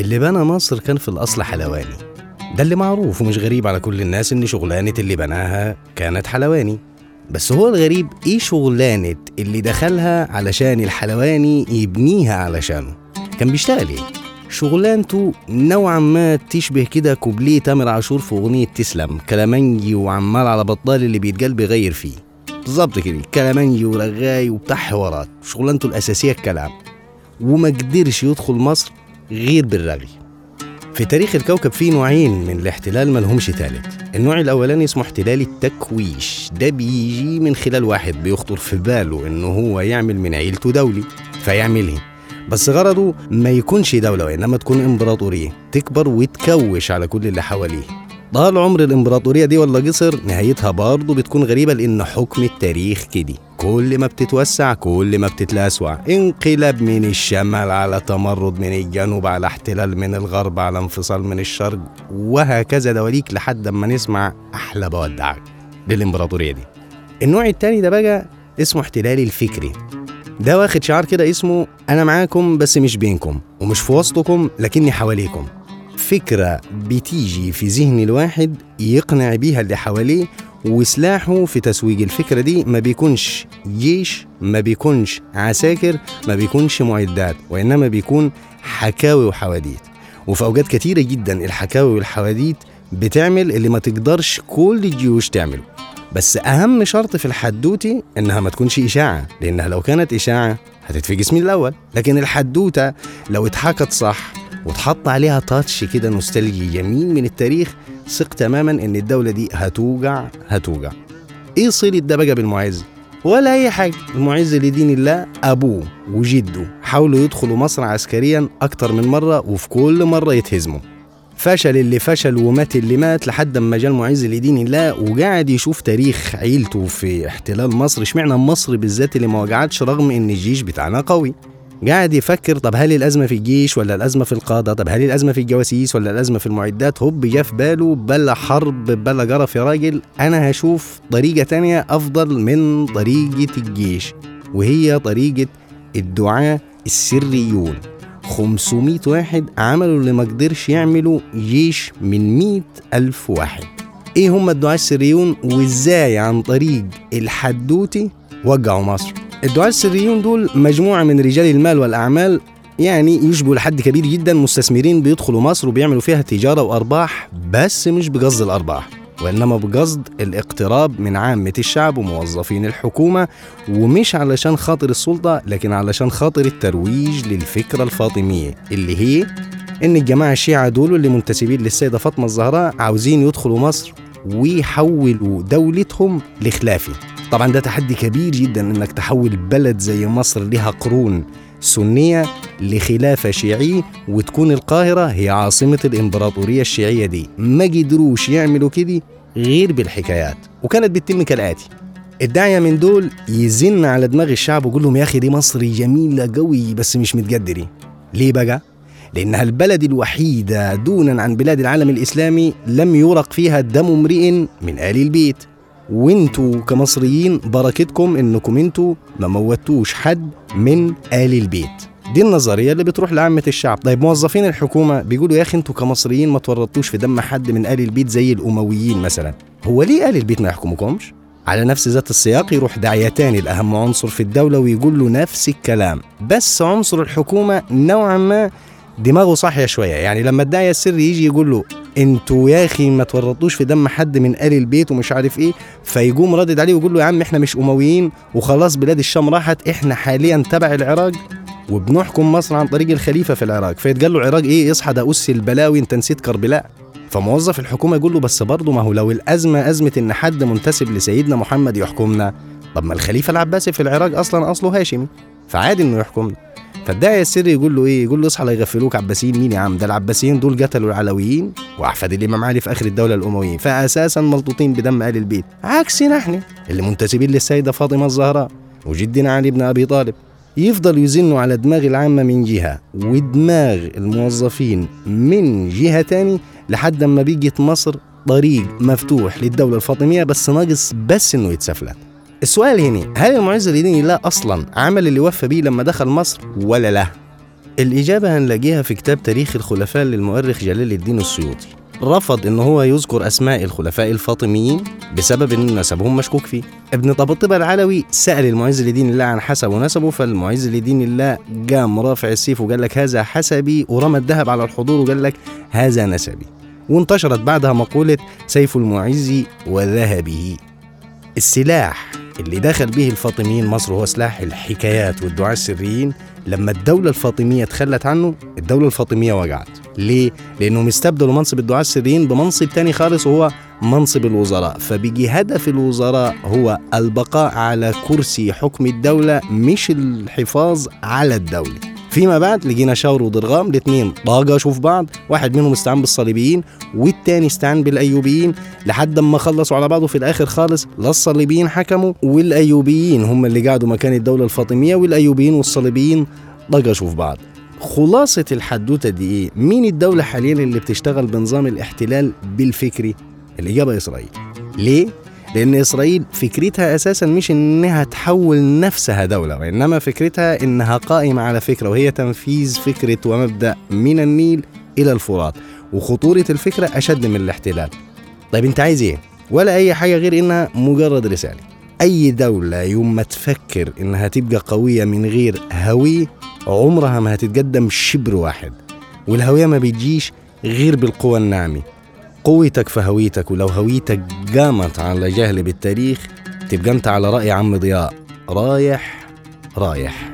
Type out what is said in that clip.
اللي بنى مصر كان في الأصل حلواني، ده اللي معروف ومش غريب على كل الناس إن شغلانة اللي بناها كانت حلواني. بس هو الغريب إيه شغلانة اللي دخلها علشان الحلواني يبنيها علشانه؟ كان بيشتغل إيه؟ شغلانته نوعا ما تشبه كده كوبليه تامر عاشور في أغنية تسلم، كلامنجي وعمال على بطال اللي بيتقال بيغير فيه. بالظبط كده، كلامنجي ورغاي وبتاع حوارات، شغلانته الأساسية الكلام، وما قدرش يدخل مصر غير بالرغي. في تاريخ الكوكب فيه نوعين من الاحتلال ملهمش تالت. النوع الأولاني اسمه احتلال التكويش، ده بيجي من خلال واحد بيخطر في باله إنه هو يعمل من عيلته دولي فيعملها، بس غرضه ما يكونش دولة وإنما تكون إمبراطورية تكبر وتكوش على كل اللي حواليه. طال عمر الإمبراطورية دي ولا قصر، نهايتها برضه بتكون غريبة، لأن حكم التاريخ كده كل ما بتتوسع كل ما بتتلاسوع. انقلاب من الشمال على تمرد من الجنوب، على احتلال من الغرب، على انفصال من الشرق، وهكذا دواليك لحد ما نسمع أحلى بودعك للإمبراطورية دي. النوع التاني ده بقى اسمه احتلال الفكري، ده واخد شعار كده اسمه أنا معاكم بس مش بينكم، ومش في وسطكم لكني حواليكم. فكرة بتيجي في ذهن الواحد يقنع بيها اللي حواليه، وسلاحه في تسويق الفكرة دي ما بيكونش جيش، ما بيكونش عساكر، ما بيكونش معدات، وإنما بيكون حكاوي وحواديت. وفي أوقات كتيرة جدا الحكاوي والحواديت بتعمل اللي ما تقدرش كل الجيوش تعمله. بس أهم شرط في الحدوتة إنها ما تكونش إشاعة، لأنها لو كانت إشاعة هتتفقس من الأول. لكن الحدوتة لو اتحكت صح وتحط عليها تاتش كده نوستالجي جميل من التاريخ، ثق تماما إن الدولة دي هتوجع. إيه صلة ده بقى بالمعز؟ ولا أي حاجة. المعز لدين الله أبوه وجده حاولوا يدخلوا مصر عسكريا أكتر من مرة، وفي كل مرة يتهزموا. فشل اللي فشل ومات اللي مات، لحد ما جاء المعز لدين الله وقاعد يشوف تاريخ عيلته في احتلال مصر. اشمعنى مصر بالذات اللي ما وجعتش رغم ان الجيش بتاعنا قوي؟ قاعد يفكر طب هل الأزمة في الجيش ولا الأزمة في القادة؟ طب هل الأزمة في الجواسيس ولا الأزمة في المعدات؟ هوب جاء في باله بلا حرب بلا جرف يا راجل، أنا هشوف طريقة تانية أفضل من طريقة الجيش، وهي طريقة الدعاة السريون. 500 واحد عملوا اللي ما قدرش يعملوا جيش من 100,000 واحد. ايه هم الدعاة السريون وازاي عن طريق الحدوتة وقعوا مصر؟ الدعاة السريون دول مجموعة من رجال المال والأعمال، يعني يشبهوا لحد كبير جدا مستثمرين بيدخلوا مصر وبيعملوا فيها تجارة وأرباح، بس مش بقصد الأرباح وإنما بقصد الاقتراب من عامة الشعب وموظفين الحكومة، ومش علشان خاطر السلطة لكن علشان خاطر الترويج للفكرة الفاطمية، اللي هي إن الجماعة الشيعة دول اللي منتسبين للسيدة فاطمة الزهراء عاوزين يدخلوا مصر ويحولوا دولتهم لخلافة. طبعا ده تحدي كبير جدا إنك تحول بلد زي مصر لها قرون سنية لخلافة شيعية وتكون القاهرة هي عاصمة الإمبراطورية الشيعية دي. ما قدروش يعملوا كده غير بالحكايات، وكانت بتتم كالآتي: الداعية من دول يزن على دماغ الشعب ويقول لهم يا أخي دي مصر جميلة قوي بس مش متقدري. ليه بقى؟ لأنها البلد الوحيدة دونا عن بلاد العالم الإسلامي لم يرق فيها دم امرئ من آل البيت، وانتوا كمصريين بركتكم انكم انتوا ما موتوش حد من آل البيت. دي النظرية اللي بتروح لعامة الشعب. طيب موظفين الحكومة بيقولوا يا أخي انتوا كمصريين ما تورطوش في دم حد من آل البيت زي الأمويين مثلا، هو ليه آل البيت ما يحكمكمش؟ على نفس ذات السياق يروح داعيتان الأهم عنصر في الدولة ويقول له نفس الكلام، بس عنصر الحكومة نوعا ما دماغه صاحية شوية. يعني لما الداعية السري يجي يقول له انتوا يا اخي ما تورطوش في دم حد من آل البيت ومش عارف ايه، فيقوم ردد عليه ويقول له يا عم احنا مش أمويين وخلاص بلاد الشام راحت، احنا حاليا تبع العراق وبنحكم مصر عن طريق الخليفة في العراق. فيتقال له العراق ايه؟ اصحى ده أس البلاوي انت نسيت كربلاء. فموظف الحكومة يقول له بس برضه ما هو لو الأزمة أزمة ان حد منتسب لسيدنا محمد يحكمنا، طب ما الخليفة العباسي في العراق أصلا أصله هاشمي فعادي انه يحكمنا. فالداعي السري يقول له ايه؟ يقول له اصحى لا يغفلوك، عباسيين مين يا عم؟ ده العباسيين دول قتلوا العلويين واحفاد الامام علي في اخر الدوله الامويين، فاساسا ملطوطين بدم آل البيت، عكسنا احنا اللي منتسبين للسيده فاطمه الزهراء وجدنا علي بن ابي طالب. يفضل يزنوا على دماغ العامه من جهه ودماغ الموظفين من جهه تاني لحد ما بيجت مصر طريق مفتوح للدوله الفاطميه، بس ناقص بس انه يتسفلت. السؤال هنا، هل المعز لدين الله أصلا عمل اللي وفى بيه لما دخل مصر ولا لا؟ الإجابة هنلاقيها في كتاب تاريخ الخلفاء للمؤرخ جلال الدين السيوطي. رفض إن هو يذكر أسماء الخلفاء الفاطميين بسبب إن نسبهم مشكوك فيه. ابن طباطبة العلوي سأل المعز لدين الله عن حسب ونسبه، فالمعز لدين الله قام رافع السيف وقال لك هذا حسبي، ورمى الذهب على الحضور وقال لك هذا نسبي. وانتشرت بعدها مقولة سيف المعز وذهبه. السلاح اللي دخل به الفاطميين مصر هو سلاح الحكايات والدعاة السريين. لما الدولة الفاطمية تخلت عنه، الدولة الفاطمية وقعت. ليه؟ لأنهم استبدلوا منصب الدعاة السريين بمنصب تاني خالص وهو منصب الوزراء، فبيجي هدف الوزراء هو البقاء على كرسي حكم الدولة مش الحفاظ على الدولة. فيما بعد لقينا شاور وضرغام الاثنين طاقشوا في بعض، واحد منهم استعان بالصليبيين والتاني استعان بالايوبيين، لحد ما خلصوا على بعضه في الاخر خالص. لا الصليبيين حكموا والايوبيين هم اللي قعدوا مكان الدولة الفاطمية، والايوبيين والصليبيين طاقشوا في بعض. خلاصة الحدوتة دي ايه؟ مين الدولة حاليا اللي بتشتغل بنظام الاحتلال بالفكري؟ الإجابة إسرائيل. ليه؟ لأن إسرائيل فكرتها أساساً مش إنها تحول نفسها دولة، وإنما فكرتها إنها قائمة على فكرة، وهي تنفيذ فكرة ومبدأ من النيل إلى الفرات. وخطورة الفكرة أشد من الاحتلال. طيب أنت عايز إيه؟ ولا أي حاجة غير إنها مجرد رسالة. أي دولة يوم ما تفكر إنها تبقى قوية من غير هوية عمرها ما هتتقدم شبر واحد. والهوية ما بيجيش غير بالقوة الناعمة. قوتك في هويتك، ولو هويتك قامت على جهل بالتاريخ تبقى انت على رأي عم ضياء رايح رايح.